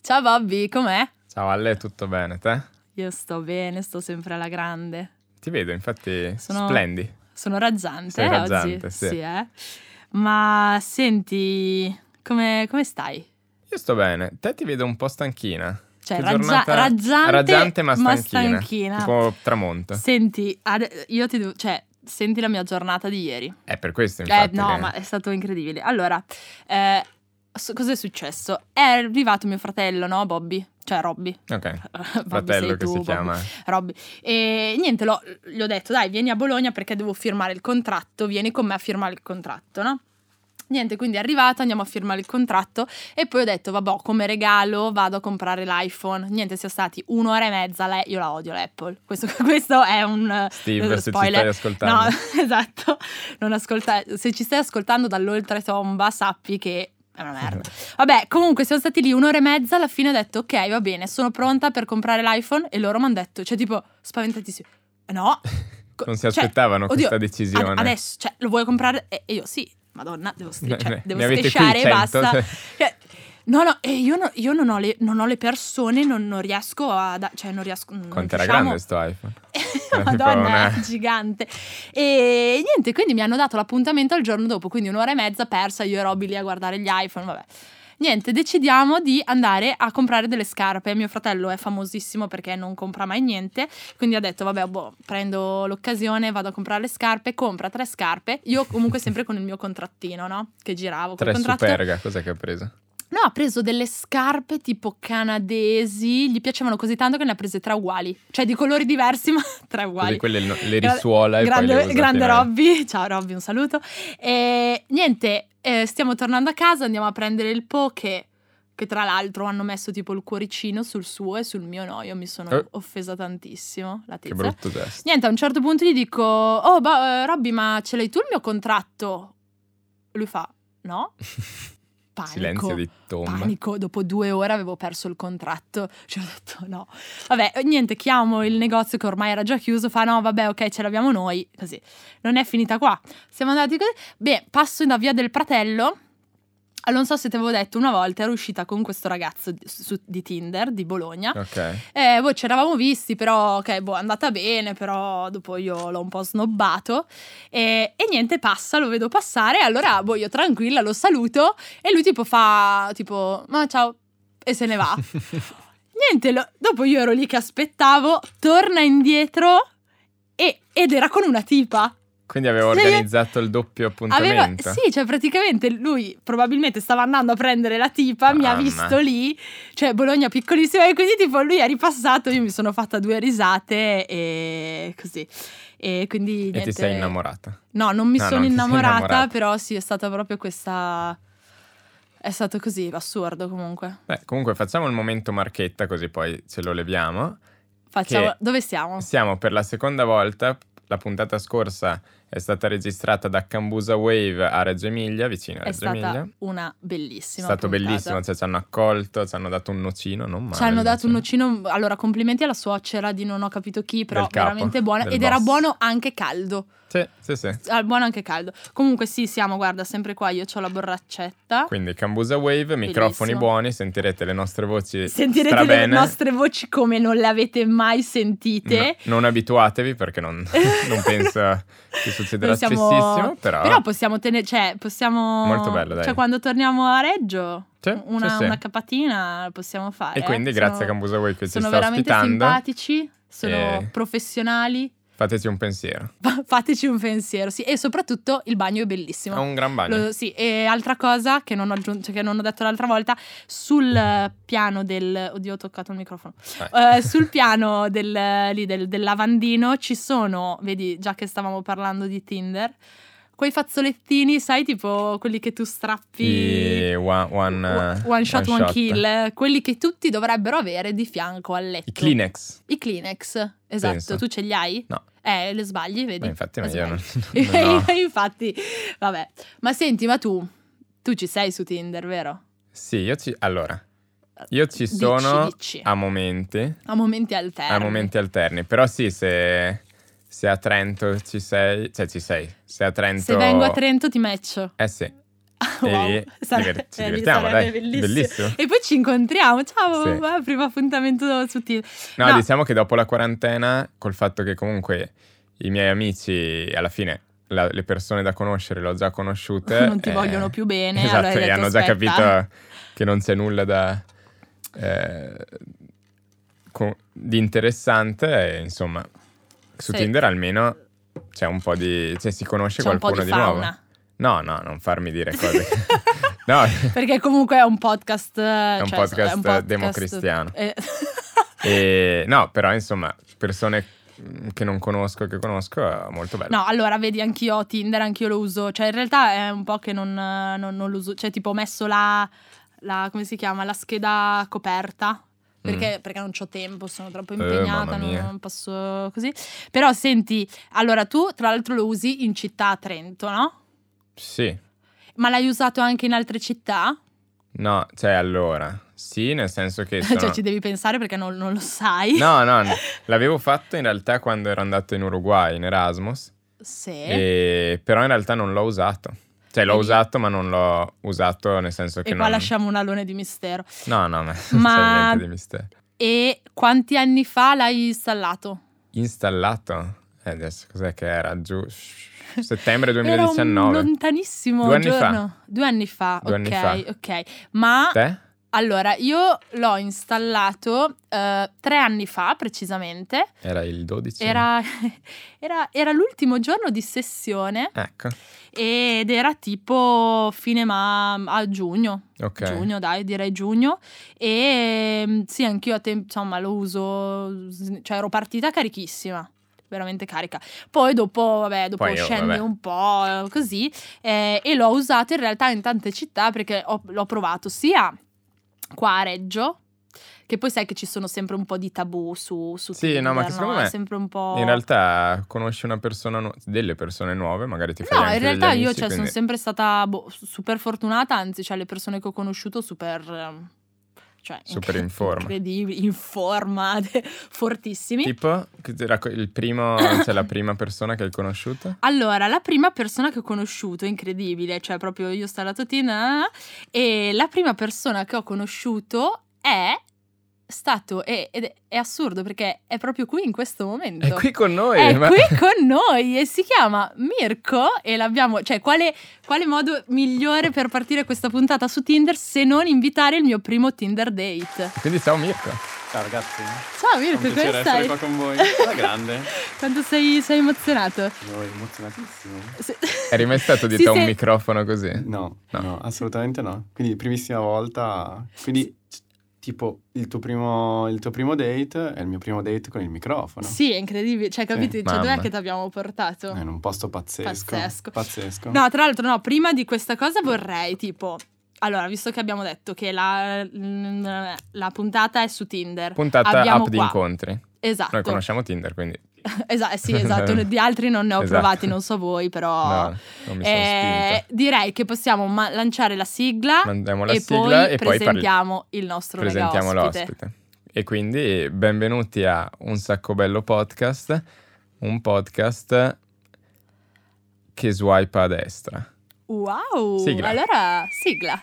Ciao Bobby, com'è? Ciao Ale, tutto bene, te? Io sto bene, sto sempre alla grande. Ti vedo, infatti, splendi. Sono raggiante, Sei raggiante, oggi. sì. Ma senti, come stai? Io sto bene, te ti vedo un po' stanchina. Cioè, Che giornata raggiante ma stanchina. Tipo tramonto. Senti, io ti devo... Cioè, senti la mia giornata di ieri. È per questo, infatti. No, ma è stato incredibile. Allora, cosa è successo? È arrivato mio fratello, no, Bobby? Cioè Robby. Ok, Bobby fratello sei che tu, si Bobby. chiama. Robby. E niente, gli ho detto, dai, vieni a Bologna perché devo firmare il contratto, vieni con me a firmare il contratto, no? Niente, quindi è arrivato, andiamo a firmare il contratto e poi ho detto, vabbè, come regalo vado a comprare l'iPhone. Niente, siamo stati 1 ora e mezza, io la odio l'Apple. Questo è un Steve, se ci spoiler. stai ascoltando. No, esatto, se ci stai ascoltando dall'oltretomba sappi che è una merda. Vabbè, comunque siamo stati lì 1 ora e mezza, alla fine ho detto, ok, va bene, sono pronta per comprare l'iPhone e loro mi hanno detto, cioè tipo, spaventatissimi, no. Non si aspettavano questa decisione. Adesso, cioè, lo vuoi comprare? E io sì. Madonna, devo avete strisciare e basta. Cioè. No, io non ho le persone, non riesco a... Cioè, non riesco... Quanto era grande sto iPhone? Madonna, è gigante. E niente, quindi mi hanno dato l'appuntamento il giorno dopo, quindi 1 ora e mezza persa, io e Robby lì a guardare gli iPhone, vabbè. Niente, decidiamo di andare a comprare delle scarpe. Mio fratello è famosissimo perché non compra mai niente, quindi ha detto vabbè, prendo l'occasione, vado a comprare le scarpe, compra 3 scarpe. Io comunque sempre con il mio contrattino, no? Che giravo. 3 Superga, cos'è che ha preso? No, ha preso delle scarpe tipo canadesi, gli piacevano così tanto che ne ha prese 3 uguali. Cioè di colori diversi, ma 3 uguali. Quelle le risuola e poi le usate. Grande Robby, ciao Robby, un saluto. E niente, stiamo tornando a casa, andiamo a prendere il Po che tra l'altro hanno messo tipo il cuoricino sul suo e sul mio no. Io mi sono offesa tantissimo, la tizia. Che brutto gesto. Niente, a un certo punto gli dico, Robby, ma ce l'hai tu il mio contratto? Lui fa, no. Panico, silenzio di tomba. Panico, dopo 2 ore avevo perso il contratto, cioè ho detto no. Vabbè, niente, chiamo il negozio che ormai era già chiuso, fa no, vabbè, ok, ce l'abbiamo noi, così. Non è finita qua, siamo andati così. Beh, passo da via del Pratello. Non so se ti avevo detto, una volta ero uscita con questo ragazzo di Tinder di Bologna. Ok. Ci eravamo visti, però ok, è andata bene, però dopo io l'ho un po' snobbato e niente, passa, lo vedo passare, allora io tranquilla lo saluto e lui fa ma ciao, e se ne va. Niente, dopo io ero lì che aspettavo, torna indietro ed era con una tipa. Quindi aveva organizzato il doppio appuntamento. Sì, cioè praticamente lui probabilmente stava andando a prendere la tipa, mi ha visto lì, cioè Bologna piccolissima, e quindi lui è ripassato, io mi sono fatta 2 risate e così. E quindi niente. E ti sei innamorata? No, non mi sono innamorata, però sì, è stata proprio questa... È stato così, assurdo comunque. Beh, comunque facciamo il momento marchetta così poi ce lo leviamo. Dove siamo? Siamo per la seconda volta. La puntata scorsa è stata registrata da Cambusa Wave a Reggio Emilia, vicino a Reggio Emilia. È stata una bellissima È stato puntata. bellissimo, cioè ci hanno accolto, ci hanno dato un nocino, non male. Ci hanno dato un nocino, allora complimenti alla suocera di non ho capito chi, però veramente buono. Ed boss. Era buono anche caldo. Sì. Buono anche caldo. Comunque sì, siamo, guarda, sempre qua, io ho la borraccetta. Quindi Cambusa Wave, microfoni buoni, sentirete le nostre voci le nostre voci come non le avete mai sentite. No, non abituatevi perché non penso che succederà spessissimo, però possiamo tenere, cioè possiamo... Molto bello, dai. Cioè quando torniamo a Reggio... Sì. Una capatina la possiamo fare. E quindi grazie a Cambusa Wave che ci sta ospitando. Sono veramente simpatici, sono professionali. Fateci un pensiero. Fateci un pensiero, sì. E soprattutto il bagno è bellissimo. È un gran bagno. Sì, e altra cosa che non ho aggiunto, che non ho detto l'altra volta, sul piano del... Oddio, ho toccato il microfono. Sul piano del lavandino ci sono, vedi, già che stavamo parlando di Tinder, quei fazzolettini, sai, tipo quelli che tu strappi... One shot, one kill. Quelli che tutti dovrebbero avere di fianco al letto. I Kleenex, esatto. Penso. Tu ce li hai? No. Le sbagli, vedi? Infatti, io non Infatti, vabbè. Ma senti, ma tu ci sei su Tinder, vero? Sì, io ci sono dici. A momenti. A momenti alterni. Però sì, se a Trento ci sei. Se a Trento... Se vengo a Trento ti matcho. Sì. Wow, lì ci divertiamo, dai, bellissimo. E poi ci incontriamo, ciao, Sì. primo appuntamento su Tinder. No, diciamo che dopo la quarantena, col fatto che comunque i miei amici, alla fine, le persone da conoscere le ho già conosciute. Non ti vogliono più bene. Esatto, allora hai e detto, hanno già aspetta. capito che non c'è nulla di interessante, e insomma, su Sì. Tinder almeno c'è un po' di... cioè si conosce C'è un qualcuno po' di di nuovo. fauna. No, non farmi dire cose che... No, Perché comunque è un podcast... è un podcast democristiano. No, però insomma, persone che non conosco, che conosco, è molto bello. No, allora vedi, anch'io Tinder, anch'io lo uso. Cioè in realtà è un po' che non lo uso. Cioè tipo ho messo la come si chiama? La scheda coperta. Perché non c'ho tempo, sono troppo impegnata, mamma mia. non posso così. Però senti, allora tu tra l'altro lo usi in città a Trento, no? Sì. Ma l'hai usato anche in altre città? No, cioè allora, sì, nel senso che Cioè ci devi pensare perché non lo sai. No, l'avevo fatto in realtà quando ero andato in Uruguay, in Erasmus. Sì. Però in realtà non l'ho usato. Cioè l'ho usato, ma non l'ho usato nel senso che E qua lasciamo un alone di mistero. No, ma non c'è niente di mistero. E quanti anni fa l'hai installato? Installato? Adesso cos'è che era? Giù... settembre 2019. Era un lontanissimo 2 anni giorno. fa. 2 anni fa. 2 anni fa. Ok. Ma Te? allora, io l'ho installato 3 anni fa precisamente. Era il 12? Era l'ultimo giorno di sessione. Ecco. Ed era tipo fine a giugno. Ok. Giugno, dai, direi giugno. E sì, anch'io insomma lo uso. Cioè ero partita carichissima. Veramente carica. Poi dopo scende un po' così, e l'ho usato in realtà in tante città perché l'ho provato sia qua a Reggio, che poi sai che ci sono sempre un po' di tabù su Sì, Tinder, no, ma che secondo me sempre un po'... in realtà conosci una persona, delle persone nuove, magari ti fai No, anche in realtà degli io amici, sono sempre stata super fortunata, anzi, cioè le persone che ho conosciuto super in forma. Incredibili, in forma, fortissimi. Tipo, il primo, cioè la prima persona che hai conosciuto? Allora, la prima persona che ho conosciuto, incredibile, cioè proprio io ho installato Tinder, e la prima persona che ho conosciuto è stato, ed è assurdo perché è proprio qui in questo momento. È qui con noi. È qui con noi e si chiama Mirko e l'abbiamo, cioè quale modo migliore per partire questa puntata su Tinder se non invitare il mio primo Tinder date. Quindi ciao Mirko. Ciao ragazzi. Ciao Mirko, come stai? Essere qua con voi. Alla grande. Quanto sei emozionato? Sono emozionatissimo. Eri mai stato dietro a un microfono così? No, assolutamente no. Quindi primissima volta. Quindi tipo il tuo primo date è il mio primo date con il microfono. Sì, è incredibile. Cioè, capite? Sì, cioè, dov'è mamma. che ti abbiamo portato? È in un posto pazzesco. No, tra l'altro, prima di questa cosa vorrei, tipo... Allora, visto che abbiamo detto che la puntata è su Tinder. Puntata abbiamo app di incontri. Esatto. Noi conosciamo Tinder, quindi... Sì, esatto. Di altri non ne ho Esatto. provati, non so voi, però... No, non mi sono spinto. Direi che possiamo lanciare la sigla. Mandiamo la e sigla poi e poi presentiamo il nostro presentiamo mega ospite. l'ospite. E quindi benvenuti a Un Sacco Bello Podcast, un podcast che swipa a destra. Wow! Sigla. Allora, sigla.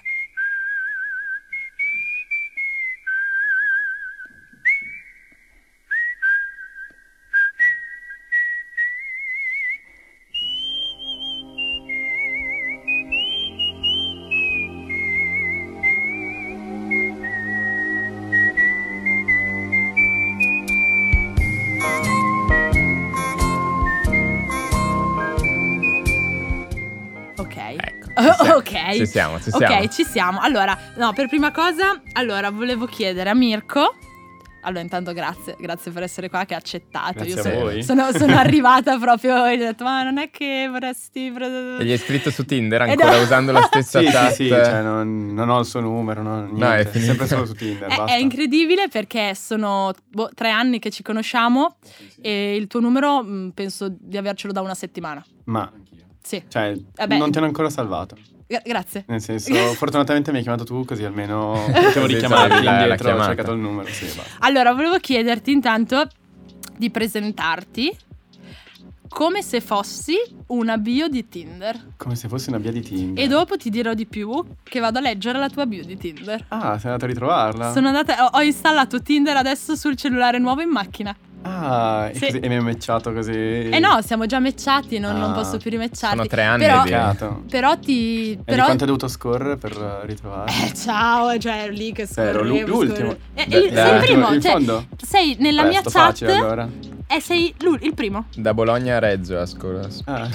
Ok. Ci siamo. Ok, ci siamo. Allora, per prima cosa, volevo chiedere a Mirko. Allora, intanto grazie per essere qua, che ha accettato. Grazie a voi. Sono arrivata proprio e ho detto, ma non è che vorresti... E gli hai scritto su Tinder ancora usando la stessa chat? Sì, cioè non ho il suo numero, niente, è sempre solo su Tinder, basta. È incredibile perché sono 3 anni che ci conosciamo e il tuo numero penso di avercelo da una settimana. Ma... Sì. Cioè, non ti hanno ancora salvato. Grazie. Nel senso, fortunatamente mi hai chiamato tu, così almeno potevo richiamarti indietro, ho cercato il numero. Sì, basta. Allora, volevo chiederti intanto di presentarti come se fossi una bio di Tinder. Come se fosse una via di Tinder. E dopo ti dirò di più, che vado a leggere la tua bio di Tinder. Ah, sei andata a ritrovarla? Sono andata, ho installato Tinder adesso sul cellulare nuovo in macchina. Ah, Sì. e mi hai matchato così. Eh no, siamo già matchati, non posso più rimatcharti. Sono 3 anni Però, di- Peccato. però ti... E di Però, quanto hai dovuto scorrere per ritrovarla? ciao, cioè ero lì che Ero scorrevo. l'ultimo. Sei il primo, in cioè fondo? sei nella Beh, mia sto chat facile, allora. e sei il primo. Da Bologna a Reggio Ah.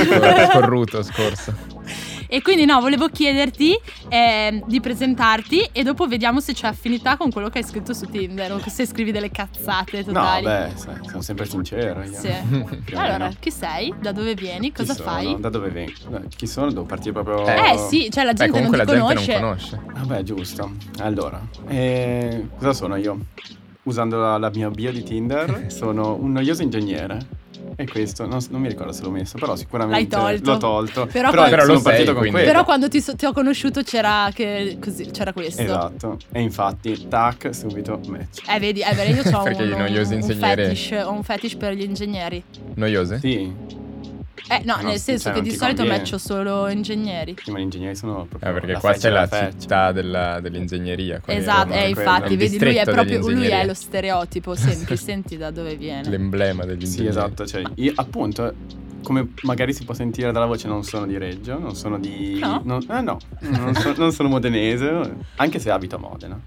scorso. E quindi no, volevo chiederti di presentarti e dopo vediamo se c'è affinità con quello che hai scritto su Tinder o se scrivi delle cazzate No, totali. beh, sai, sono sempre sincero io. Sì. Più o Allora, meno. chi sei? Da dove vieni? Cosa Chi sono? fai? Da dove vengo? Chi sono? Devo partire proprio... Sì, cioè la Beh, gente non comunque ti la gente conosce. non conosce. Vabbè, giusto. Allora, cosa sono io? Usando la mia bio di Tinder, sono un noioso ingegnere. E questo, non mi ricordo se l'ho messo, però sicuramente L'hai tolto. l'ho tolto. Però Però quando- sono lo sei, partito con quindi. quello. Però quando ti ho conosciuto c'era questo. Esatto. E infatti, tac, subito match. Vedi, io ho Perché i noiosi ingegneri- ho un fetish per gli ingegneri. Noiosi? Sì, No, No, nel senso cioè, che non di ti solito conviene. matcho solo ingegneri. sì, ma gli ingegneri sono proprio Perché la qua feccia c'è la della feccia. città dell'ingegneria. qua Esatto, è infatti, il vedi, lui è distretto proprio lui dell'ingegneria. è lo stereotipo. Senti da dove viene. L'emblema degli Sì, ingegneri. esatto, cioè io appunto, come magari si può sentire dalla voce, non sono di Reggio, non sono di... No? non sono modenese, anche se abito a Modena.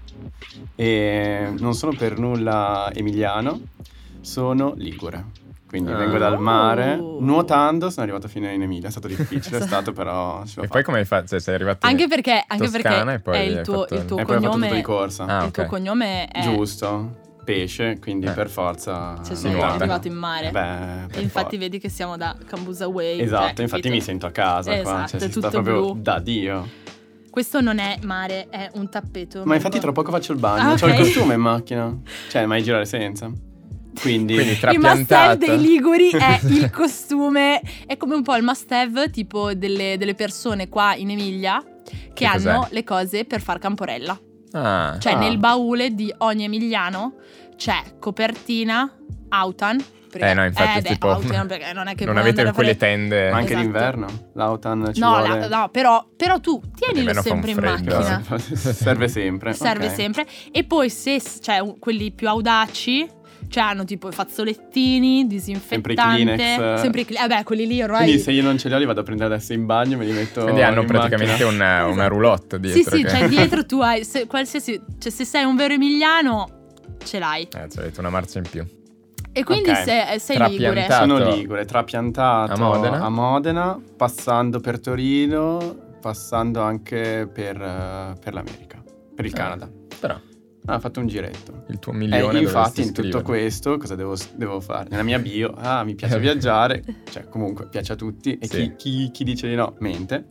E non sono per nulla emiliano, sono ligure. Quindi Ah. vengo dal mare, Oh. nuotando sono arrivato fino in Emilia, è stato difficile, è stato però... ce l'ho E poi fatta. come hai fatto? Cioè, sei arrivato Anche perché Toscana e poi è hai il tuo fatto- il tuo E poi ho fatto tutto cognome. di corsa. Ah, Il tuo ok. cognome è Giusto, pesce, quindi Eh. per forza... Cioè, Si sono nuota. arrivato in mare. Beh, E per infatti forza. vedi che siamo da Cambusa Way. Esatto, cioè, infatti capito? mi sento a casa qua, Esatto, cioè è si sta tutto proprio blu. da Dio. Questo non è mare, è un tappeto. Ma infatti tra poco faccio il bagno, Ah, c'ho il ok. costume in macchina. Cioè, mai girare senza. Quindi Quindi Il must have trapiantato. dei Liguri è il costume, è come un po' il must have tipo delle persone qua in Emilia che Che cos'è? hanno le cose per far camporella. Ah, Cioè Ah. nel baule di ogni emiliano c'è copertina, autan. perché- no, infatti, tipo, autan, perché non è che non puoi avete andare a quelle fare- tende. ma anche Esatto. d'inverno, l'autan ci No, vuole. no, però tu tienilo D'inverno fa un sempre in freddo. macchina. Serve sempre. Serve ok. sempre. E poi se quelli più audaci, cioè hanno tipo i fazzolettini, disinfettante. Kleenex. Sempre vabbè, quelli lì ormai. Quindi se io non ce li ho li vado a prendere adesso in bagno e me li metto Quindi hanno in praticamente macchina. una roulotte dietro. Sì, che- cioè dietro tu hai qualsiasi, cioè se sei un vero emiliano ce l'hai. cioè, avete una marcia in più. E quindi Ok. sei ligure. Trapiantato. Sono ligure, trapiantato A Modena? passando per Torino, passando anche per l'America, per il Canada. Però Ho fatto un giretto. il tuo milione Infatti dovresti in tutto scrivere. questo cosa devo fare? Nella mia bio, mi piace viaggiare, cioè comunque piace a tutti e Sì. chi dice di no mente.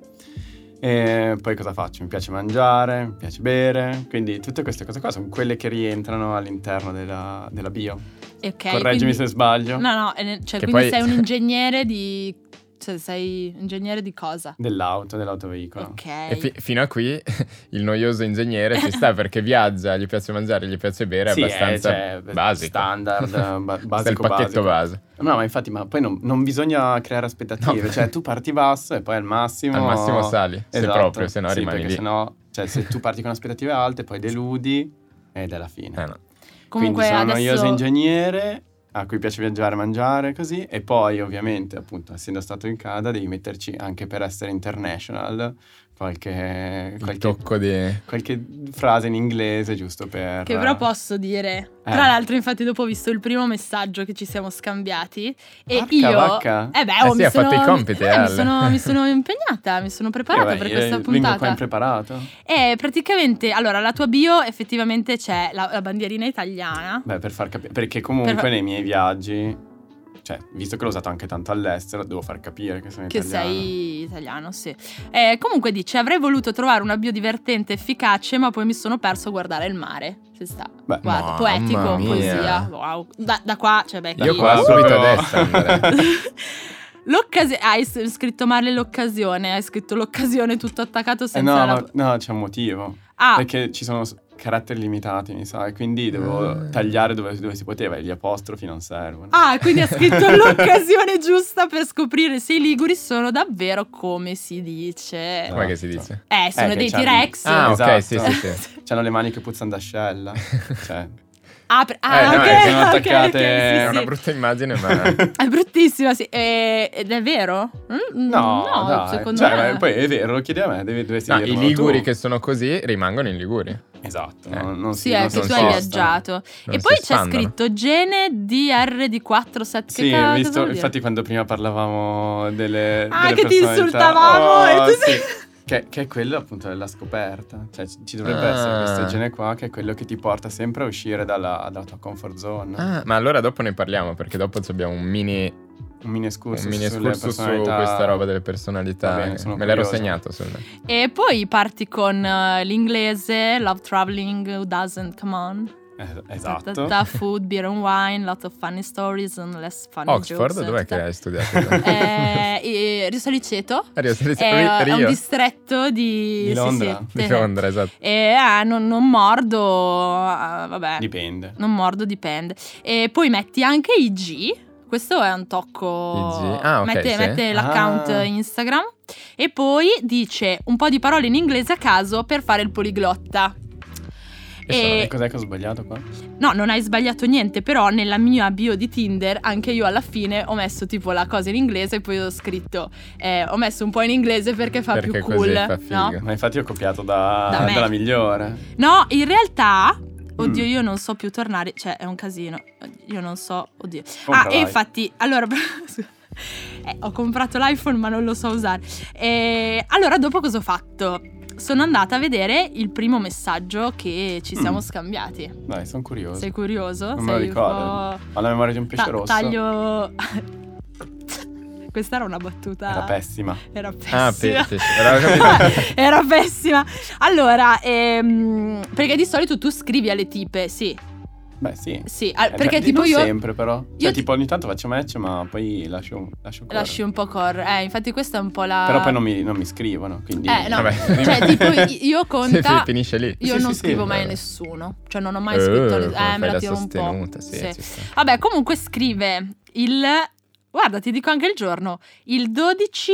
E poi cosa faccio? Mi piace mangiare, mi piace bere, quindi tutte queste cose qua sono quelle che rientrano all'interno della bio. Ok, Correggimi quindi- se sbaglio. No, cioè Che quindi poi- sei un ingegnere di. Cioè sei ingegnere di cosa? Dell'autoveicolo. Ok. E fino a qui il noioso ingegnere ci sta perché viaggia, gli piace mangiare, gli piace bere, è Sì, abbastanza cioè, basico. standard, Questo basico, è il pacchetto basico. base. No, ma infatti, ma poi non bisogna creare aspettative, No. cioè tu parti basso e poi al massimo... Al massimo sali, se Esatto, proprio, se no sì, rimani perché lì. sennò, cioè se tu parti con aspettative alte poi deludi ed è la fine. No. Comunque Quindi sono un adesso. noioso ingegnere a cui piace viaggiare, mangiare, così, e poi ovviamente, appunto, essendo stato in Canada devi metterci anche per essere international qualche Il tocco di... qualche frase in inglese giusto per... Che però posso dire. Tra l'altro, infatti, dopo ho visto il primo messaggio che ci siamo scambiati. E Porca io. vacca. Mi ha fatto i compiti, mi sono impegnata, mi sono preparata per questa Vengo qua puntata. impreparato. E praticamente, allora, la tua bio effettivamente c'è la bandierina italiana. Beh, per far capire, perché comunque Per- nei miei viaggi, cioè, visto che l'ho usato anche tanto all'estero, devo far capire che sono Che italiano. sei italiano, sì. Comunque dice: avrei voluto trovare una bio divertente, efficace, ma poi mi sono perso a guardare il mare. Ci sta. Beh, Guarda, mamma poetico, mia. poesia. Wow. Da qua, cioè, Becky. Io qua Wow. subito adesso andrei. Hai scritto male l'occasione, hai scritto l'occasione tutto attaccato senza no, la... no, c'è un motivo. Ah, Perché ci sono caratteri limitati, mi sa, e quindi devo tagliare dove si poteva, e gli apostrofi non servono. Ah, quindi ha scritto l'occasione giusta per scoprire se i liguri sono davvero come si dice. Com'è che si dice? Sono che dei c'hanno- T-Rex. Ah, ok, Esatto. sì. C'hanno le mani che puzzano d'ascella. Cioè, no, ok, sono ok, attaccate- ok, È sì, una sì. brutta immagine, ma... È bruttissima, sì. Ed è vero? no, dai. Secondo Cioè, me. poi è vero, lo chiedi a me, dovresti No, dirmelo i liguri tu. che sono così rimangono in Liguria. Esatto, Eh. non Sì, si è non che si tu hai spostano. viaggiato. Non E si poi c'è espandono. scritto Gene DR4 Sì, che ho cosa visto, vuol dire? infatti quando prima parlavamo delle Ah, che ti personalità- insultavamo Oh, e tu sì. Che è quello appunto della scoperta. Cioè ci dovrebbe essere questo gene qua, che è quello che ti porta sempre a uscire dalla tua comfort zone. Ah, ma allora dopo ne parliamo, perché dopo abbiamo un mini Un mini escursus, sulle su questa roba delle personalità. Va bene, sono Me l'ero curioso. segnato sul E poi parti con l'inglese, Love Traveling, Who Doesn't, Come On. Esatto. Food, beer and wine, lot of funny stories and less funny Oxford, jokes. dov'è che hai studiato? Risoliceto. Rio. È un distretto Di Londra. Di Londra, esatto. E non mordo, vabbè. Dipende. Non mordo, dipende. E poi metti anche i G. Questo è un tocco. IG. Ah, ok, mette sì. l'account Ah. Instagram. E poi dice un po' di parole in inglese a caso per fare il poliglotta. E cos'è che ho sbagliato qua? No, non hai sbagliato niente, però nella mia bio di Tinder anche io alla fine ho messo tipo la cosa in inglese e poi ho scritto ho messo un po' in inglese perché fa Perché più così cool, fa figo. no? Ma infatti ho copiato Da me. dalla migliore. No, in realtà oddio, io non so più tornare, cioè è un casino. Io non so, oddio. Comprala. E infatti, allora ho comprato l'iPhone ma non lo so usare. Allora dopo cosa ho fatto? Sono andata a vedere il primo messaggio che ci siamo scambiati. Dai, sono curioso. Sei curioso? Non me lo Sei un ricordo. po'- Ho la memoria di un pesce rosso. Taglio. Questa era una battuta. Era pessima. Era pessima. Ah, pesce. Era capito. Era pessima. Allora, perché di solito tu scrivi alle tipe, sì. Beh, sì. Sì, perché tipo non io sempre però. Cioè, io tipo ogni tanto faccio match, ma poi lascio correre. lasci un po' correre. Infatti questa è un po' la. Però poi non mi scrivono, quindi... No, Vabbè. cioè tipo io conta. Finisce lì. Io Sì, non sì, scrivo sì, mai a vabbè. nessuno. Cioè non ho mai scritto come me fai la da tiro un po'. sostenuta, sì, Sì. ci sta. Vabbè, comunque scrive il. Guarda, ti dico anche il giorno. Il 12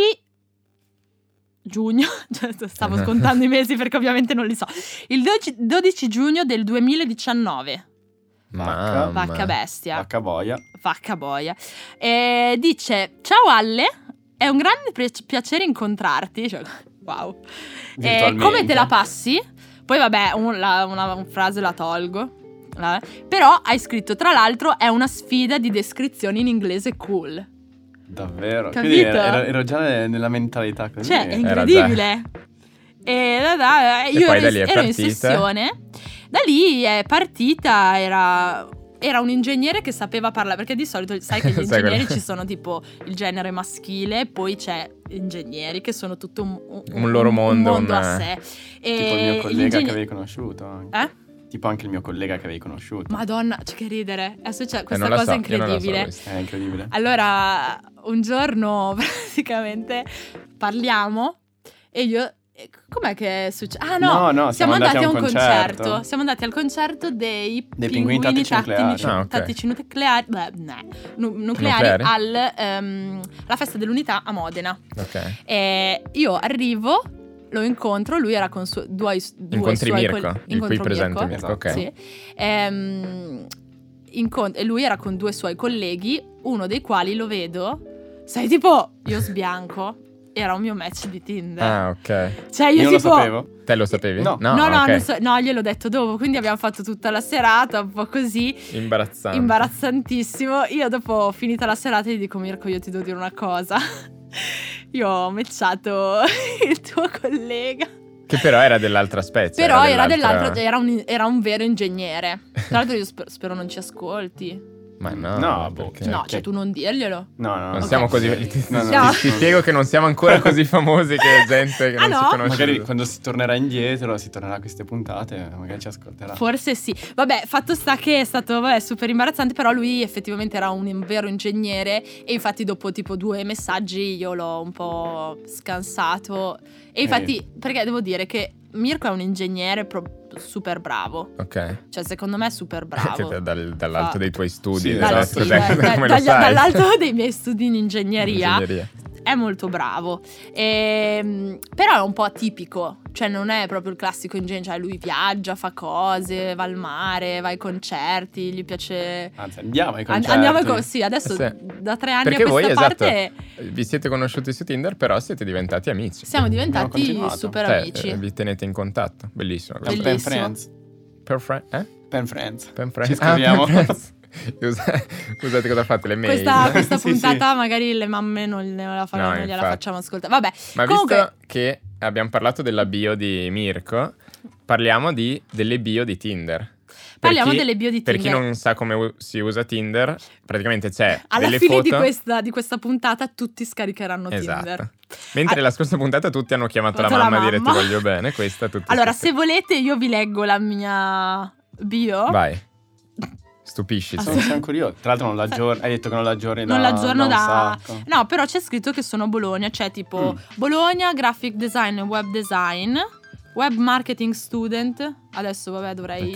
giugno. Cioè, stavo scontando i mesi perché ovviamente non li so. Il 12 giugno del 2019. Mamma. Vacca bestia. Vacca boia. Vacca boia. E dice: ciao Alle, è un grande piacere incontrarti. Cioè, wow. Virtualmente. Come te la passi? Poi vabbè, una frase la tolgo. Vabbè. Però hai scritto, tra l'altro, è una sfida di descrizioni in inglese cool. Davvero. Capito? Quindi ero già nella mentalità così. Cioè, è Era incredibile. E io poi da lì è ero in partita. sessione. Da lì è partita, era un ingegnere che sapeva parlare, perché di solito sai che gli Sai ingegneri quello. ci sono tipo il genere maschile, poi c'è ingegneri che sono tutto Un loro mondo, a sé. Tipo il mio collega che avevi conosciuto anche. Tipo anche il mio collega che avevi conosciuto. Madonna, cioè, che ridere. Adesso c'è questa non la cosa so, io non la so incredibile. questa. È incredibile. Allora, un giorno praticamente parliamo e io. Com'è che è successo? Ah no, No, siamo andati a un concerto. concerto. Siamo andati al concerto dei pinguini tattici nucleari. Ah, ok. tattici nucleari. Nucleari Nucleari? alla festa dell'unità a Modena. Ok. E io arrivo, lo incontro, lui era con due Incontri suoi Mirko, il qui incontro presente Mirko, ok. Sì. E lui era con due suoi colleghi, uno dei quali lo vedo, sai, tipo, io sbianco. Era un mio match di Tinder. Ah, ok. Cioè io Io tipo lo sapevo. Te lo sapevi? No. No, ok. no, gliel'ho detto dopo, quindi abbiamo fatto tutta la serata, un po' così, Imbarazzante. imbarazzantissimo. Io dopo, finita la serata, gli dico: Mirko, io ti devo dire una cosa. Io ho matchato il tuo collega. Che però era dell'altra spezia. Però era un vero ingegnere. Tra l'altro io spero non ci ascolti. Ma no, No, perché? No, cioè tu non dirglielo. No. Non Ok. siamo così. No, no. Ti spiego che non siamo ancora così famosi che gente che Ah, non no? si conosce. Magari quando si tornerà indietro, si tornerà a queste puntate, magari ci ascolterà. Forse sì. Vabbè, fatto sta che è stato super imbarazzante, però lui effettivamente era un vero ingegnere e infatti dopo tipo 2 messaggi io l'ho un po' scansato. E infatti, perché devo dire che Mirko è un ingegnere super bravo. Ok. Cioè, secondo me è super bravo. Dall'alto dei tuoi studi. Sì, come lo sai? Dall'alto dei miei studi in ingegneria. È molto bravo. Però è un po' atipico. Cioè, non è proprio il classico ingegnere. Cioè, lui viaggia, fa cose, va al mare, va ai concerti, gli piace... Anzi, andiamo ai concerti. Andiamo sì, adesso da 3 anni perché a questa voi, parte... vi siete conosciuti su Tinder, però siete diventati amici. Siamo diventati super amici. Vi tenete in contatto. Bellissimo. Pen friends. Pen friends? Pen friends. Pen friends. Ci scriviamo. Scusate, cosa fate? Le mail? Questa Sì, puntata magari le mamme non gliela facciamo ascoltare. Vabbè, ma comunque... visto che abbiamo parlato della bio di Mirko, parliamo delle bio di Tinder. Parliamo delle bio di Tinder. Per chi non sa come si usa Tinder, praticamente c'è alla delle fine foto... di questa puntata tutti scaricheranno Tinder. Mentre la scorsa puntata tutti hanno chiamato la mamma a dire ti voglio bene, questa tutti. Allora, se volete io vi leggo la mia bio. Vai. Stupisci. Sono curioso. Tra l'altro non l'aggiorni. Hai detto che non l'aggiorni non l'aggiorno da No, però c'è scritto che sono Bologna. C'è tipo Bologna, graphic design e web design, web marketing student. Adesso vabbè dovrei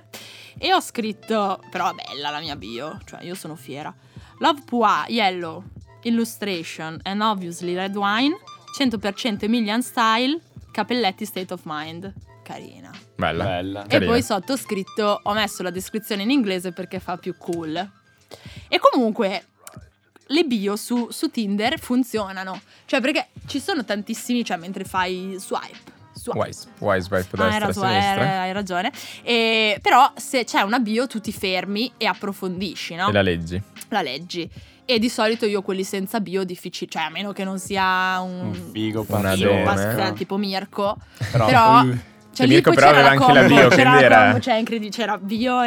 E ho scritto, però è bella la mia bio, cioè io sono fiera. Love Pua, Yellow, Illustration and obviously red wine, 100% Emilian style, Cappelletti state of mind. Carina. Bella. E poi sotto scritto, ho messo la descrizione in inglese perché fa più cool. E comunque le bio su Tinder funzionano. Cioè perché ci sono tantissimi, cioè mentre fai swipe swipe destra sinistra. Hai ragione. Però se c'è una bio tu ti fermi e approfondisci, no? E la leggi. E di solito io quelli senza bio difficili, cioè a meno che non sia un figo tipo Mirko. Però cioè, Mirko però aveva anche la bio, quindi era... Cioè, incredibile, c'era bio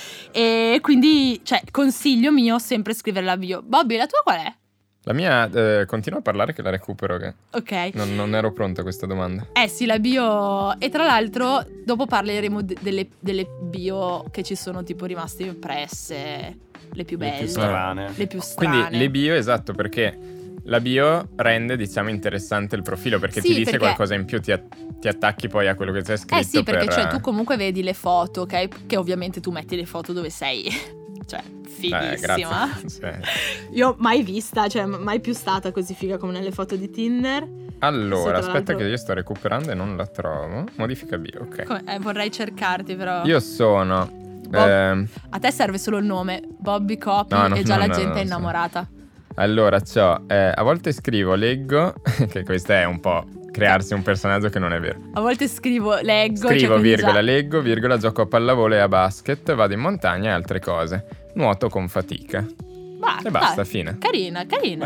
e quindi, cioè, consiglio mio sempre scrivere la bio. Bobby, la tua qual è? La mia, continua a parlare che la recupero. Ok. Non ero pronta a questa domanda. Sì, la bio... E tra l'altro, dopo parleremo delle bio che ci sono tipo rimaste impresse, le più belle. Le più strane. Quindi le bio, esatto, perché... La bio rende, diciamo, interessante il profilo perché ti dice qualcosa in più, ti attacchi poi a quello che c'è scritto. Sì, perché cioè, tu comunque vedi le foto, ok? Che ovviamente tu metti le foto dove sei. Cioè, fighissima. Sì. Io mai vista, cioè mai più stata così figa come nelle foto di Tinder. Allora, aspetta che io sto recuperando e non la trovo. Modifica bio, ok. Vorrei cercarti però. Io sono... A te serve solo il nome, Bobby Copy, e già la gente è innamorata. Allora, a volte leggo, che questo è un po' crearsi un personaggio che non è vero. A volte leggo, virgola, leggo, virgola, gioco a pallavolo e a basket, vado in montagna e altre cose. Nuoto con fatica. E basta, fine. Carina.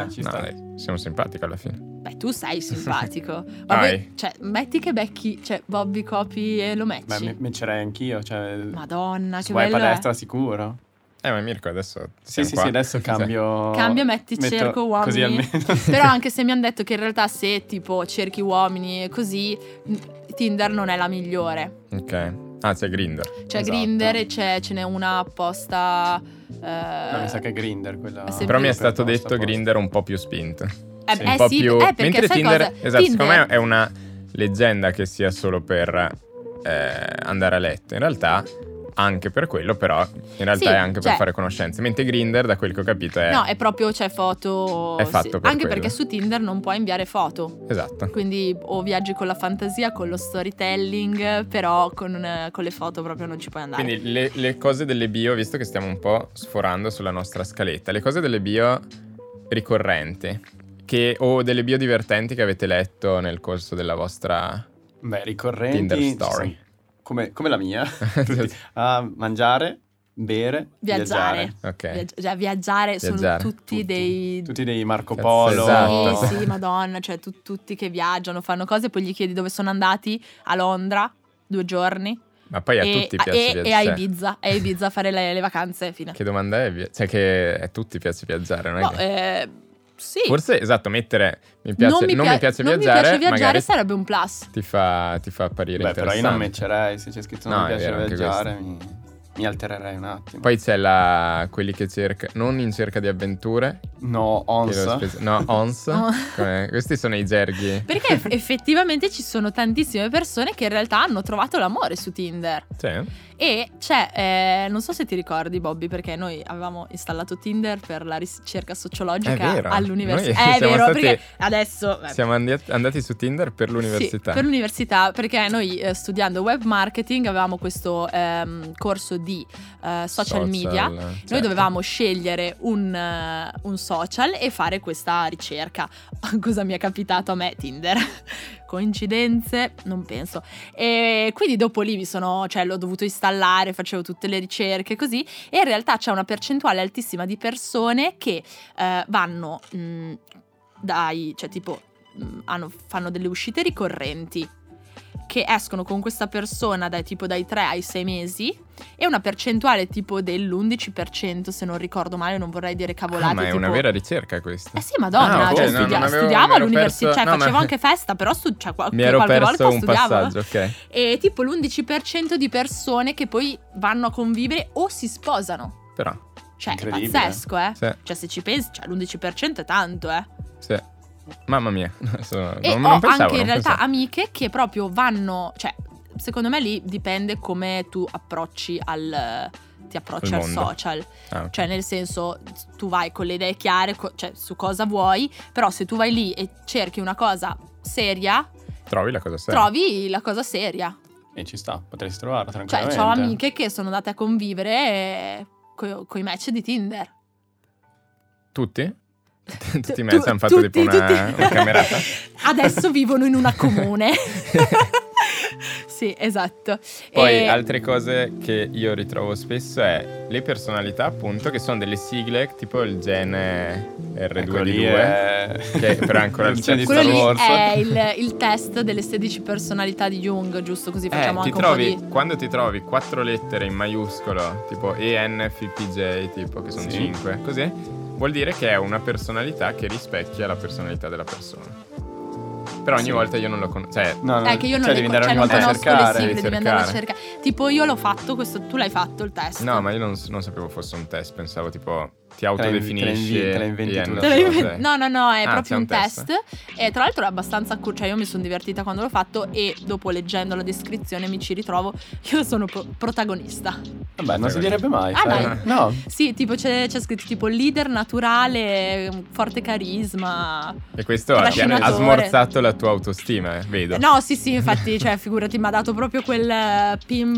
Siamo simpatici alla fine. Beh, tu sei simpatico. Vabbè, cioè, metti che becchi, cioè, Bobby Copy e lo matchi. Beh, matcherei anch'io, cioè... Madonna, che bello a destra sicuro. Ma Mirko adesso sì, adesso cambio, cerco uomini. Così almeno. Però anche se mi hanno detto che in realtà se tipo cerchi uomini e così, Tinder non è la migliore. Ok. C'è Grindr. C'è Grindr e ce n'è una apposta. No, mi sa che è Grindr quella. Però mi è stato detto Grindr un po' più spinto. Un po' più. Mentre Tinder, esatto, secondo me è una leggenda che sia solo per andare a letto. In realtà anche per quello, però in realtà è anche per fare conoscenze. Mentre Grindr, da quel che ho capito, è proprio foto. È fatto per anche quello. Perché su Tinder non puoi inviare foto. Esatto. Quindi o viaggi con la fantasia, con lo storytelling, però con le foto proprio non ci puoi andare. Quindi le cose delle bio, visto che stiamo un po' sforando sulla nostra scaletta, le cose delle bio ricorrenti o delle bio divertenti che avete letto nel corso della vostra ricorrenti Tinder story. Come la mia. Mangiare, bere, viaggiare. Ok. Viaggiare sono tutti dei Marco Polo. Esatto. Sì, madonna, cioè tutti che viaggiano, fanno cose, poi gli chiedi dove sono andati, a Londra 2 giorni. Ma poi a tutti piace viaggiare. E a Ibiza a fare le vacanze, fine. Che domanda è? Cioè che a tutti piace viaggiare, non è sì. Forse, esatto, mettere non mi piace viaggiare magari sarebbe un plus. Ti fa apparire interessante. Però io non matcherei, se c'è scritto non mi piace viaggiare, mi altererei un attimo. Poi c'è quelli che non in cerca di avventure, No, ons. No, ons. Questi sono i gerghi. Perché effettivamente ci sono tantissime persone che in realtà hanno trovato l'amore su Tinder. Sì. E c'è, non so se ti ricordi Bobby, perché noi avevamo installato Tinder per la ricerca sociologica all'università. È vero, perché adesso siamo andati su Tinder per l'università. Sì, per l'università, perché noi studiando web marketing avevamo questo corso di social media. Certo. Noi dovevamo scegliere un social e fare questa ricerca. Cosa mi è capitato a me? Tinder. Coincidenze? Non penso. E quindi dopo lì l'ho dovuto installare, facevo tutte le ricerche così, e in realtà c'è una percentuale altissima di persone che vanno fanno delle uscite ricorrenti, che escono con questa persona dai 3 ai 6 mesi, e una percentuale tipo dell'11%, se non ricordo male, non vorrei dire cavolate. Ma è una vera ricerca questa? Sì, madonna, studiavo all'università, facevo anche festa, però mi ero qualche perso volta un studiavo. passaggio, ok. E tipo l'11% di persone che poi vanno a convivere o si sposano. Però cioè è pazzesco, Sì. Cioè se ci pensi, l'11% è tanto, Sì. Mamma mia. E non ho pensavo, anche in realtà amiche che proprio vanno, cioè secondo me lì dipende come tu ti approcci al social. Okay. Cioè nel senso, tu vai con le idee chiare, cioè su cosa vuoi, però se tu vai lì e cerchi una cosa seria, trovi la cosa seria. E ci sta, potresti trovarla tranquillamente. Cioè ho amiche che sono andate a convivere coi match di Tinder. Tutti? Tutti i match hanno fatto tipo una camerata? Adesso vivono in una comune. Sì, esatto. Poi altre cose che io ritrovo spesso è le personalità, appunto, che sono delle sigle tipo il gene R2D2, che però è ancora il di quello Star Wars. Lì è il test delle 16 personalità di Jung, giusto? Così facciamo anche un po' di... Quando ti trovi 4 lettere in maiuscolo, tipo ENFPJ, tipo, che sono 5, così, vuol dire che è una personalità che rispecchia la personalità della persona. Però ogni volta io non lo conosco. Che io non devi andare ogni volta a cercare. Devi andare a cercare. Tipo io l'ho fatto questo, tu l'hai fatto il test? No, ma io non sapevo fosse un test, pensavo tipo ti autodefinisci. Te la inventi tu. No, è proprio un test. E tra l'altro è abbastanza cioè io mi sono divertita quando l'ho fatto, e dopo leggendo la descrizione mi ci ritrovo. Io sono protagonista. Vabbè, non si direbbe mai. Dai. No. Sì, tipo c'è scritto tipo leader naturale, forte carisma. E questo ha smorzato la tua autostima, vedo. No, sì, infatti, cioè figurati, mi ha dato proprio quel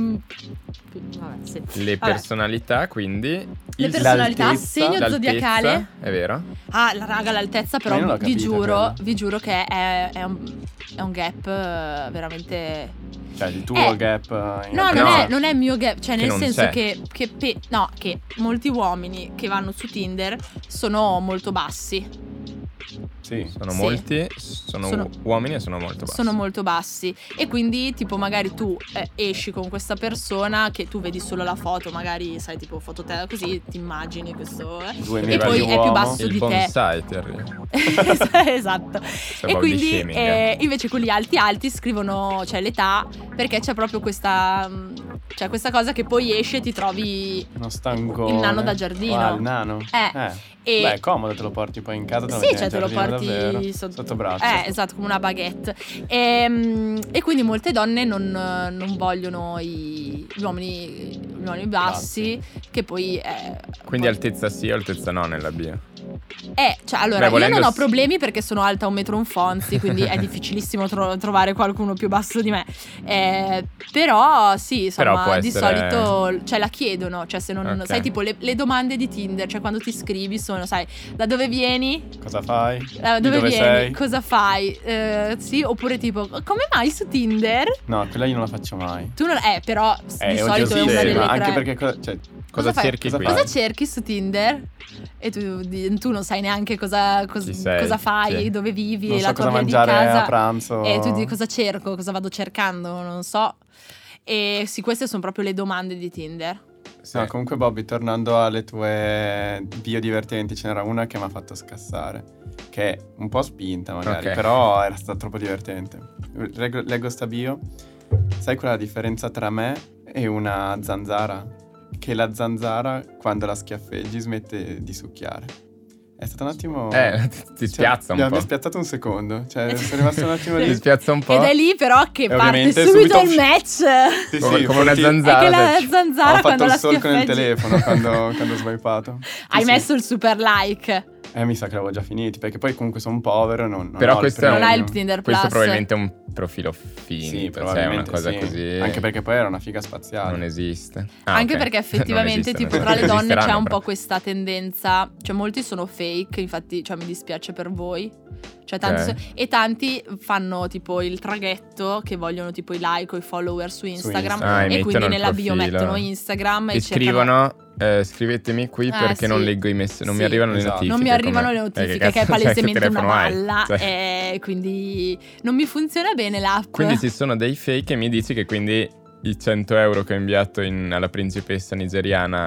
Le personalità, quindi le personalità, segno zodiacale. È vero? L'altezza però vi giuro che è un gap veramente. Cioè il tuo gap. Non è il mio gap, cioè nel senso c'è. che molti uomini che vanno su Tinder sono molto bassi. Sì. Sono molti, sono uomini e sono molto bassi. Sono molto bassi. E quindi tipo magari tu esci con questa persona che tu vedi solo la foto, magari sai tipo foto te così, ti immagini questo e poi è più basso di te. Il bonsai ti arriva. Esatto. E quindi invece quelli alti scrivono l'età, perché c'è proprio questa cosa che poi esce e ti trovi uno stangone, il nano da giardino. Il nano. Beh, è comodo, te lo porti poi in casa. Te lo porti sotto braccio. Esatto, come una baguette. E quindi molte donne non vogliono gli uomini bassi, che poi quindi altezza sì o altezza no nella bio? Allora io non ho problemi perché sono alta 1,1 m, quindi è difficilissimo trovare qualcuno più basso di me. Però sì, insomma, però di solito la chiedono, cioè se non Okay. sai tipo le domande di Tinder, cioè quando ti scrivi sono, sai, da dove vieni? Cosa fai? Dove vieni? Sei? Cosa fai? Sì, oppure tipo, come mai su Tinder? No, quella io non la faccio mai. Tu non però di solito è una delle tre. Anche perché cosa cerchi qui? Cosa cerchi su Tinder? E tu non sai neanche cosa fai, dove vivi, non la so tua cosa via di mangiare casa. a pranzo. E tu dici cosa cerco, cosa vado cercando, non so. E sì, queste sono proprio le domande di Tinder. Sì. No, comunque Bobby, tornando alle tue bio divertenti, ce n'era una che mi ha fatto scassare, che è un po' spinta magari, però era stata troppo divertente. Leggo sta bio. Sai qual è la differenza tra me e una zanzara? Che la zanzara, quando la schiaffeggi, smette di succhiare. È stato un attimo... ti spiazza un po'. Mi ha spiazzato un secondo. Cioè, sono rimasto un attimo lì. Ti spiazza un po'. Ed è lì però che parte subito il match. Sì, come una zanzara. È che la zanzara ho quando la fatto il solco nel schiaffeggi. telefono quando ho swipato. Hai messo il super like. Mi sa che l'avevo già finiti, perché poi comunque sono povero, non però ho questo non hai il Tinder Plus. Questo probabilmente è un profilo finto, sì, probabilmente una cosa sì. così. Anche perché poi era una figa spaziale. Non esiste. Anche ok. perché effettivamente Non esiste, tipo non tra le donne c'è esisteranno, un però. po' questa tendenza, cioè molti sono fake, infatti cioè mi dispiace per voi. Cioè tanti e tanti fanno tipo il traghetto che vogliono tipo i like o i follower su Instagram e quindi nella bio mettono Instagram e scrivono scrivetemi qui perché non leggo i messaggi, non mi arrivano le notifiche. Non mi arrivano le notifiche, che è palesemente una balla, cioè. quindi non mi funziona bene l'app. Quindi ci sono dei fake e mi dici che quindi i 100 euro che ho inviato alla principessa nigeriana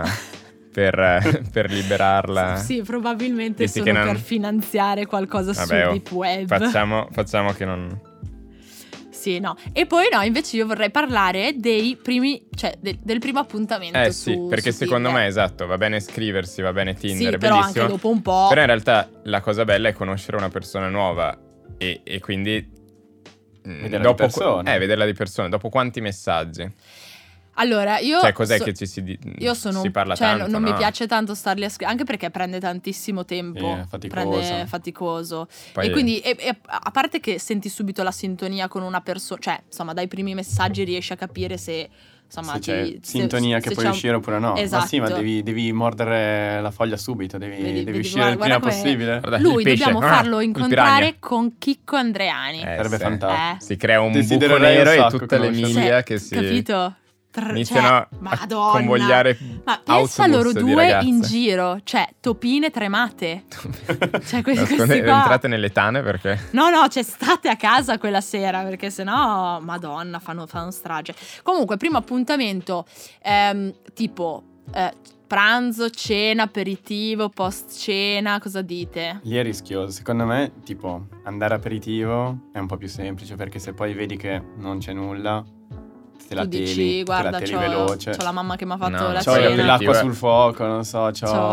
per liberarla. Sì, probabilmente sono per finanziare qualcosa su Deep Web. Facciamo che non... Sì, no. E poi no, invece io vorrei parlare dei primi, cioè del primo appuntamento sì, perché su secondo Tinder. me, esatto, va bene scriversi, va bene Tinder, sì, però bellissimo. anche dopo un po'. Però in realtà la cosa bella è conoscere una persona nuova e quindi vederla di persona. Vederla di persona. Dopo quanti messaggi? Allora, io cioè, cos'è che si parla tanto? Non mi piace tanto starli a scrivere, anche perché prende tantissimo tempo. Prende faticoso. Poi... E quindi, a parte che senti subito la sintonia con una persona, cioè, insomma, dai primi messaggi riesci a capire se... Insomma, se c'è sintonia che puoi uscire oppure no. Esatto. Ma sì, ma devi mordere la foglia subito, devi uscire il prima possibile. Lui dobbiamo farlo incontrare con Chicco Andreani. Sarebbe fantastico. Si crea un buco nero e tutta l'Emilia che si... Capito? Iniziano a convogliare. Ma pensa loro due in giro, cioè topine tremate. Cioè entrate nelle tane perché? No, cioè state a casa quella sera perché sennò, madonna, fanno strage. Comunque, primo appuntamento tipo pranzo, cena, aperitivo, post cena, cosa dite? Lì è rischioso, secondo me, tipo andare aperitivo è un po' più semplice perché se poi vedi che non c'è nulla te la dici, guarda, veloce. C'ho la mamma che mi ha fatto la c'ho cena. l'acqua sul fuoco, non so,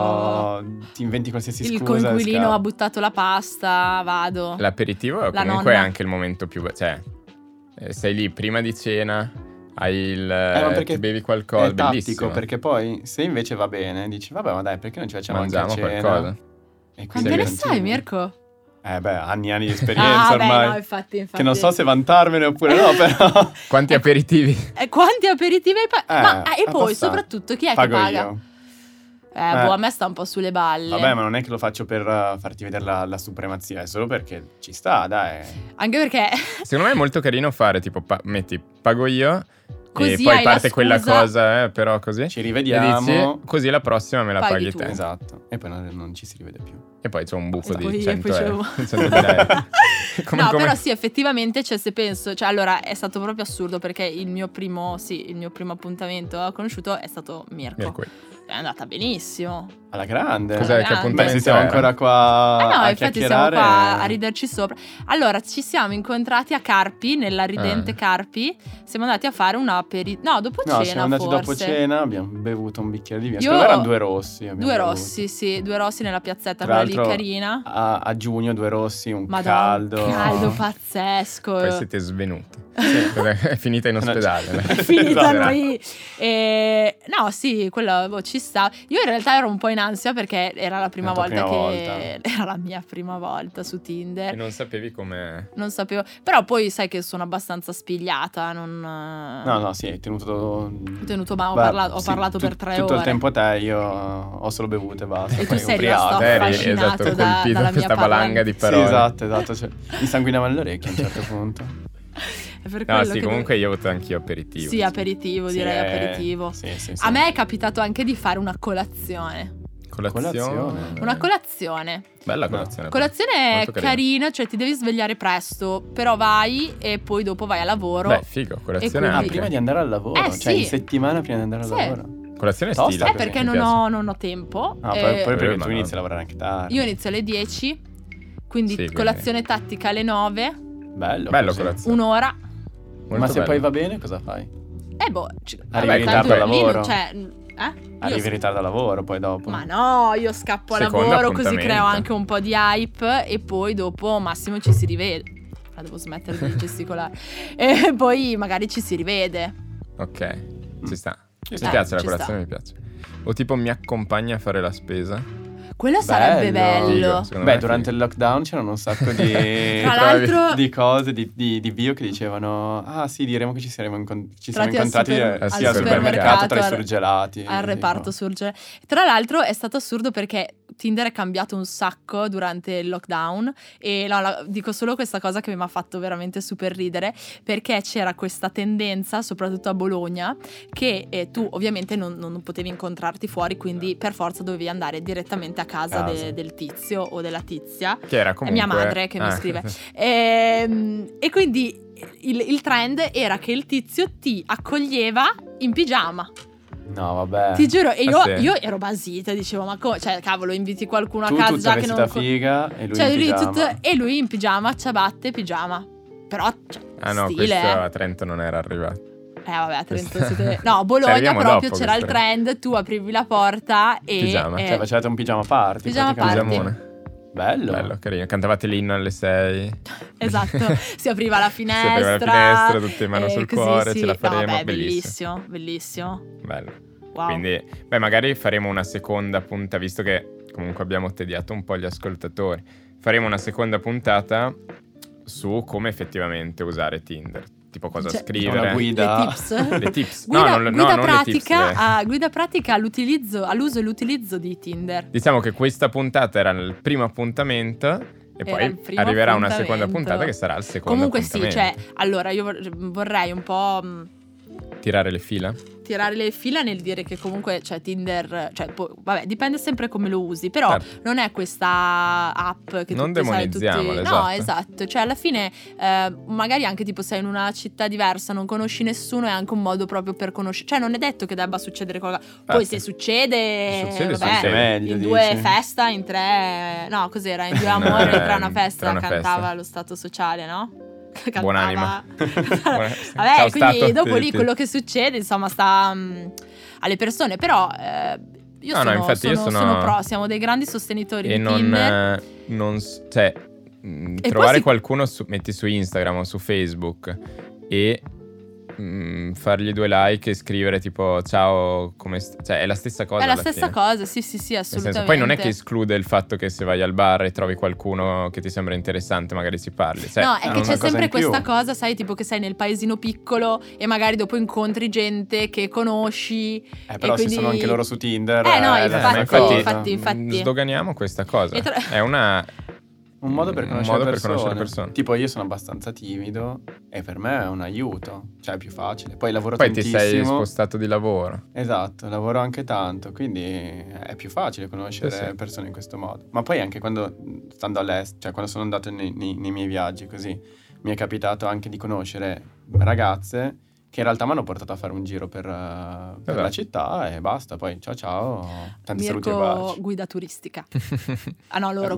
ti inventi qualsiasi scusa. Il coinquilino ha buttato la pasta, vado. L'aperitivo comunque è anche il momento più... Cioè, sei lì prima di cena, hai ti bevi qualcosa, è tattico, bellissimo. Perché poi se invece va bene, dici vabbè, ma dai, perché non ci facciamo mangiamo anche a cena? Qualcosa. Quante ne sai, Mirko? Anni di esperienza ormai. No, infatti. Che non so se vantarmene oppure no, però. Quanti aperitivi? Quanti aperitivi hai e poi soprattutto chi è Pago che paga? Io. A me sta un po' sulle balle. Vabbè, ma non è che lo faccio per farti vedere la supremazia, è solo perché ci sta, dai. Anche perché secondo me è molto carino fare tipo metti pago io. Così e poi parte quella cosa, però così. Ci rivediamo. Dici, così la prossima me la paghi te. Esatto. E poi non ci si rivede più. E poi c'è un buco di poi 100 euro. Però sì, effettivamente, cioè, se penso, cioè, allora è stato proprio assurdo perché il mio primo appuntamento conosciuto è stato Mirko. È andata benissimo. Alla grande. Cos'è che appuntamento? Siamo ancora qua no, a infatti chiacchierare. siamo qua a riderci sopra. Allora, ci siamo incontrati a Carpi, nella ridente Carpi. Siamo andati a fare un aperitivo. No, dopo cena siamo andati forse. Dopo cena, abbiamo bevuto un bicchiere di vino. Secondo me erano 2 rossi. 2 rossi, sì, 2 rossi nella piazzetta, quella lì carina. A giugno 2 rossi, un caldo pazzesco. Poi siete svenuti. Sì. È finita in ospedale. È finita noi. No, sì, quello ci sta. Io in realtà ero un po' in ansia perché era la prima volta era la mia prima volta su Tinder. E non sapevi come... Non sapevo. Però poi sai che sono abbastanza spigliata. No, sì, hai tenuto ma ho parlato per 3 ore. Tutto il tempo a te, io ho solo bevuto e basta. E tu sei rimasto affascinato colpito da questa valanga di parole. Sì, esatto. Cioè, mi sanguinavano le orecchie a un certo punto. No, sì, comunque io ho avuto anch'io aperitivo. Sì, aperitivo, direi aperitivo. Sì. A me è capitato anche di fare una colazione. Una colazione. Bella colazione. Colazione carina, cioè ti devi svegliare presto, però vai e poi dopo vai a lavoro. Beh, figo, colazione anche. Prima di andare al lavoro, cioè in settimana prima di andare al lavoro. Colazione stile. Perché non ho tempo. Poi perché tu inizi a lavorare anche tardi. Io inizio alle 10, quindi colazione tattica alle 9. Bello colazione. Un'ora. Ma se poi va bene cosa fai? Arrivi in ritardo al lavoro. Cioè, Arrivi in ritardo al lavoro poi dopo. Ma no, io scappo a lavoro così creo anche un po' di hype e poi dopo massimo ci si rivede. Devo smettere di gesticolare. E poi magari ci si rivede. Ok, ci sta. Mi piace la colazione, mi piace. O tipo mi accompagna a fare la spesa. Quello sarebbe bello. Beh, durante il lockdown c'erano un sacco di di cose, di bio che dicevano ah sì, diremo che ci siamo incontrati al supermercato tra i surgelati. Al reparto surgelati. Tra l'altro è stato assurdo perché Tinder è cambiato un sacco durante il lockdown e dico solo questa cosa che mi ha fatto veramente super ridere, perché c'era questa tendenza, soprattutto a Bologna, che tu ovviamente non potevi incontrarti fuori, quindi per forza dovevi andare direttamente a casa del tizio o della tizia, che era comunque mia madre che mi scrive e quindi il trend era che il tizio ti accoglieva in pigiama. No, vabbè. Ti giuro, e io ero basita, dicevo, ma come? Cioè, cavolo, inviti qualcuno a casa già che non... figa e lui in pigiama. E lui in pigiama, ciabatte, pigiama. Però, no, stile, questo a Trento non era arrivato. Vabbè, a Trento siete... No, Bologna proprio c'era il trend, tu aprivi la porta e... Pigiama. Cioè, facevate un pigiama party. Pigiamone. Bello, carino. Cantavate l'inno alle 6. Esatto, si apriva la finestra. Tutte mano sul cuore, ce la faremo. No, bellissimo. Bello. Wow. Quindi, magari faremo una seconda puntata, visto che comunque abbiamo tediato un po' gli ascoltatori. Faremo una seconda puntata su come effettivamente usare Tinder. Tipo cosa scrivere. Una guida. Le tips. Guida pratica all'uso e l'utilizzo di Tinder. Diciamo che questa puntata era il primo appuntamento e poi arriverà una seconda puntata che sarà il secondo appuntamento. Comunque sì, cioè, allora io vorrei un po'... tirare le fila nel dire che comunque Tinder, vabbè, dipende sempre come lo usi, però certo, non è questa app che non demonizziamola, esatto. No, esatto, cioè alla fine magari anche tipo sei in una città diversa, non conosci nessuno, è anche un modo proprio per conoscere, cioè non è detto che debba succedere qualcosa, poi se succede meglio, in due festa, in tre, no, cos'era, in due amore, in tre a una festa, cantava lo stato sociale, no? Buonanima. Vabbè, ciao, quindi stato. dopo lì quello che succede insomma sta alle persone, però io sono pro, siamo dei grandi sostenitori di Tinder. Trovare qualcuno metti su Instagram o su Facebook e fargli 2 like e scrivere tipo ciao, cioè è la stessa cosa. È la stessa cosa, sì, assolutamente. Nel senso, poi non è che esclude il fatto che se vai al bar e trovi qualcuno che ti sembra interessante magari si parli, cioè, no, è che c'è sempre questa cosa, sai, tipo che sei nel paesino piccolo e magari dopo incontri gente che conosci però quindi... se sono anche loro su Tinder infatti sdoganiamo questa cosa. È un modo per conoscere persone. Tipo io sono abbastanza timido e per me è un aiuto, cioè è più facile. Poi lavoro tantissimo. Poi ti sei spostato di lavoro. Esatto, lavoro anche tanto, quindi è più facile conoscere persone in questo modo. Ma poi anche quando stando all'estero, cioè quando sono andato nei miei viaggi così, mi è capitato anche di conoscere ragazze che in realtà mi hanno portato a fare un giro per la città e basta. Poi ciao, tanti saluti e baci. Guida turistica. Ah no, loro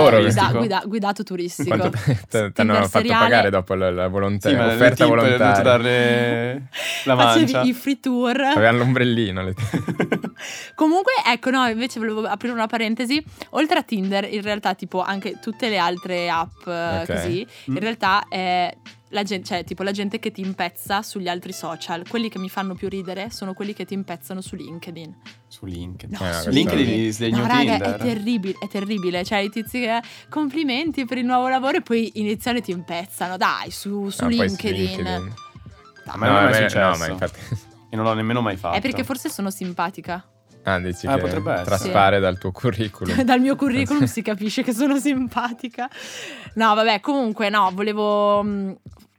guidato turistico. Quanto ti hanno fatto pagare dopo la volontaria, l'offerta volontaria? Ho dovuto darle la mancia. Facevi i free tour. Avevano l'ombrellino. Comunque, ecco, no, invece volevo aprire una parentesi. Oltre a Tinder, in realtà tipo anche tutte le altre app così, in realtà la gente, cioè tipo la gente che ti impezza sugli altri social, quelli che mi fanno più ridere sono quelli che ti impezzano su LinkedIn. Su LinkedIn? No, su LinkedIn è il new Tinder. Raga, è terribile, cioè i tizi che complimenti per il nuovo lavoro e poi iniziano e ti impezzano, dai, su LinkedIn. A me non è mai successo. No, ma infatti... E non l'ho nemmeno mai fatto. È perché forse sono simpatica. Ah, dici che potrebbe traspare dal tuo curriculum. Dal mio curriculum si capisce che sono simpatica. No, vabbè, comunque no, volevo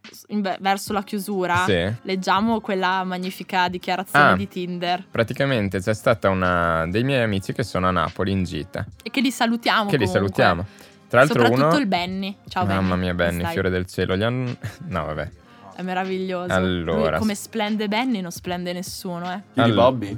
verso la chiusura leggiamo quella magnifica dichiarazione di Tinder. Praticamente c'è stata una dei miei amici che sono a Napoli in gita e che li salutiamo. Tra l'altro soprattutto il Benny. Ciao Benny. Mamma mia, Benny, fiore del cielo. No, vabbè. È meraviglioso. Allora, lui, come splende Benny, non splende nessuno, Più di Bobby?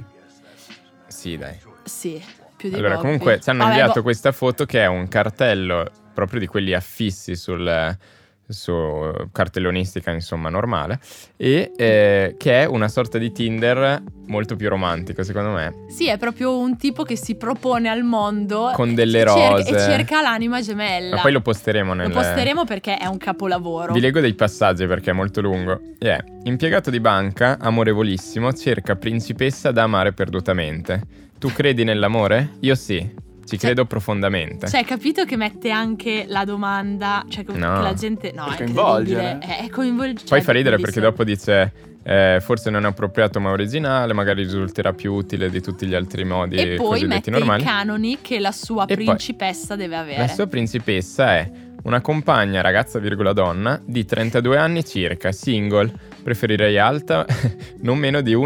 Sì, dai. Sì, più di Bobby. Comunque ci hanno inviato questa foto che è un cartello proprio di quelli affissi su cartellonistica, insomma, normale, e che è una sorta di Tinder molto più romantico, secondo me. Sì, è proprio un tipo che si propone al mondo con delle rose e cerca l'anima gemella. Ma poi lo posteremo Lo posteremo perché è un capolavoro. Vi leggo dei passaggi perché è molto lungo. Impiegato di banca, amorevolissimo, cerca principessa da amare perdutamente. Tu credi nell'amore? Io sì. Ci credo profondamente. Cioè, capito che mette anche la domanda, cioè che la gente... No, è coinvolgere. È coinvolgente. Poi fa ridere perché dopo dice... forse non è appropriato ma originale, magari risulterà più utile di tutti gli altri modi e poi cosiddetti mette normali. I canoni che la sua principessa deve avere. La sua principessa è una compagna, ragazza virgola donna, di 32 anni circa, single, preferirei alta, non meno di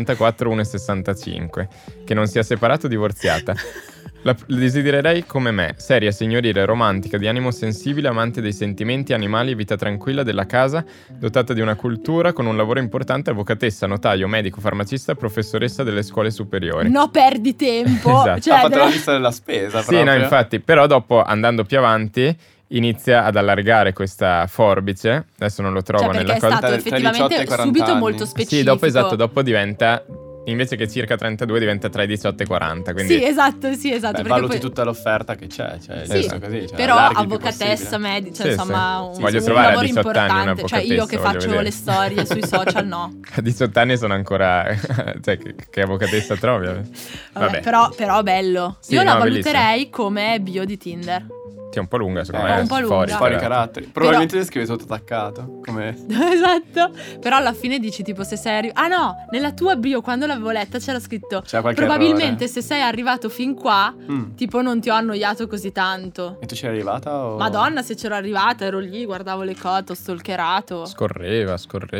1,64-1,65, che non sia separata o divorziata. La desidererei come me, seria, signorile, romantica, di animo sensibile, amante dei sentimenti, animali, vita tranquilla della casa, dotata di una cultura, con un lavoro importante, avvocatessa, notaio, medico, farmacista, professoressa delle scuole superiori. No, perdi tempo. Esatto. Cioè, ha fatto la lista della spesa proprio. Sì, no, infatti, però dopo, andando più avanti, inizia ad allargare questa forbice. Adesso non lo trovo nella cosa. Perché è stato effettivamente subito molto specifico. Sì, dopo diventa... Invece che circa 32 diventa tra i 18 e i 40. Quindi... Sì, esatto. Beh, valuti tutta l'offerta che c'è. Cioè, sì, così, cioè, però avvocatessa, medica, insomma, voglio un trovare lavoro a 18 importante. anni cioè, io che faccio le storie sui social, no. A 18 anni sono ancora... cioè, che avvocatessa trovi? Vabbè. Però bello. Sì, io la valuterei come bio di Tinder. Sì, è un po' lunga, secondo me. Un po' lunga. Fuori caratteri. Probabilmente le scrive sotto attaccato. Come... Esatto. Però alla fine dici tipo se sei ah no, nella tua bio quando l'avevo letta c'era scritto probabilmente se sei arrivato fin qua tipo non ti ho annoiato così tanto. E tu c'eri arrivata o... Madonna, se c'ero arrivata ero lì, guardavo le cose, ho stalkerato. Scorrevo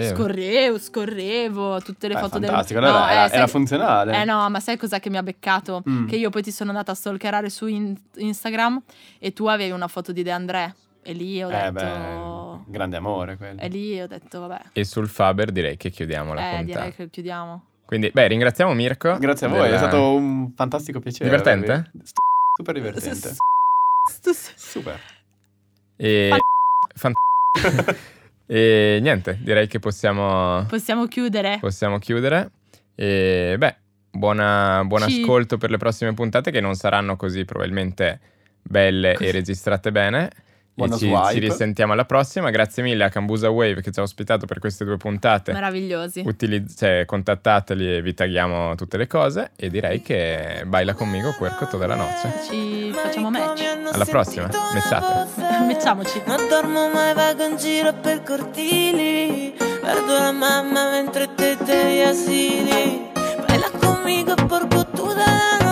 tutte le foto del... Allora era funzionale. No, ma sai cos'è che mi ha beccato? Che io poi ti sono andata a stalkerare su Instagram e tu avevi una foto di De André e lì ho detto grande amore quello. E lì ho detto vabbè. E sul Faber direi che chiudiamo la puntata. Direi che chiudiamo. Quindi ringraziamo Mirko. Grazie a voi, è stato un fantastico piacere. Divertente? Super divertente. Super. E e niente, direi che possiamo chiudere. E buon ascolto per le prossime puntate, che non saranno così probabilmente belle e registrate bene. E ci risentiamo alla prossima. Grazie mille a Cambusa Wave che ci ha ospitato per queste 2 puntate. Meravigliosi. Contattateli e vi tagliamo tutte le cose. E direi che baila conmigo Querco tutta la noce. Ci facciamo match. Alla prossima, Mecciamoci. Non dormo mai, vago in giro per cortili, guardo la mamma mentre te gli asili. Baila conmigo por tu da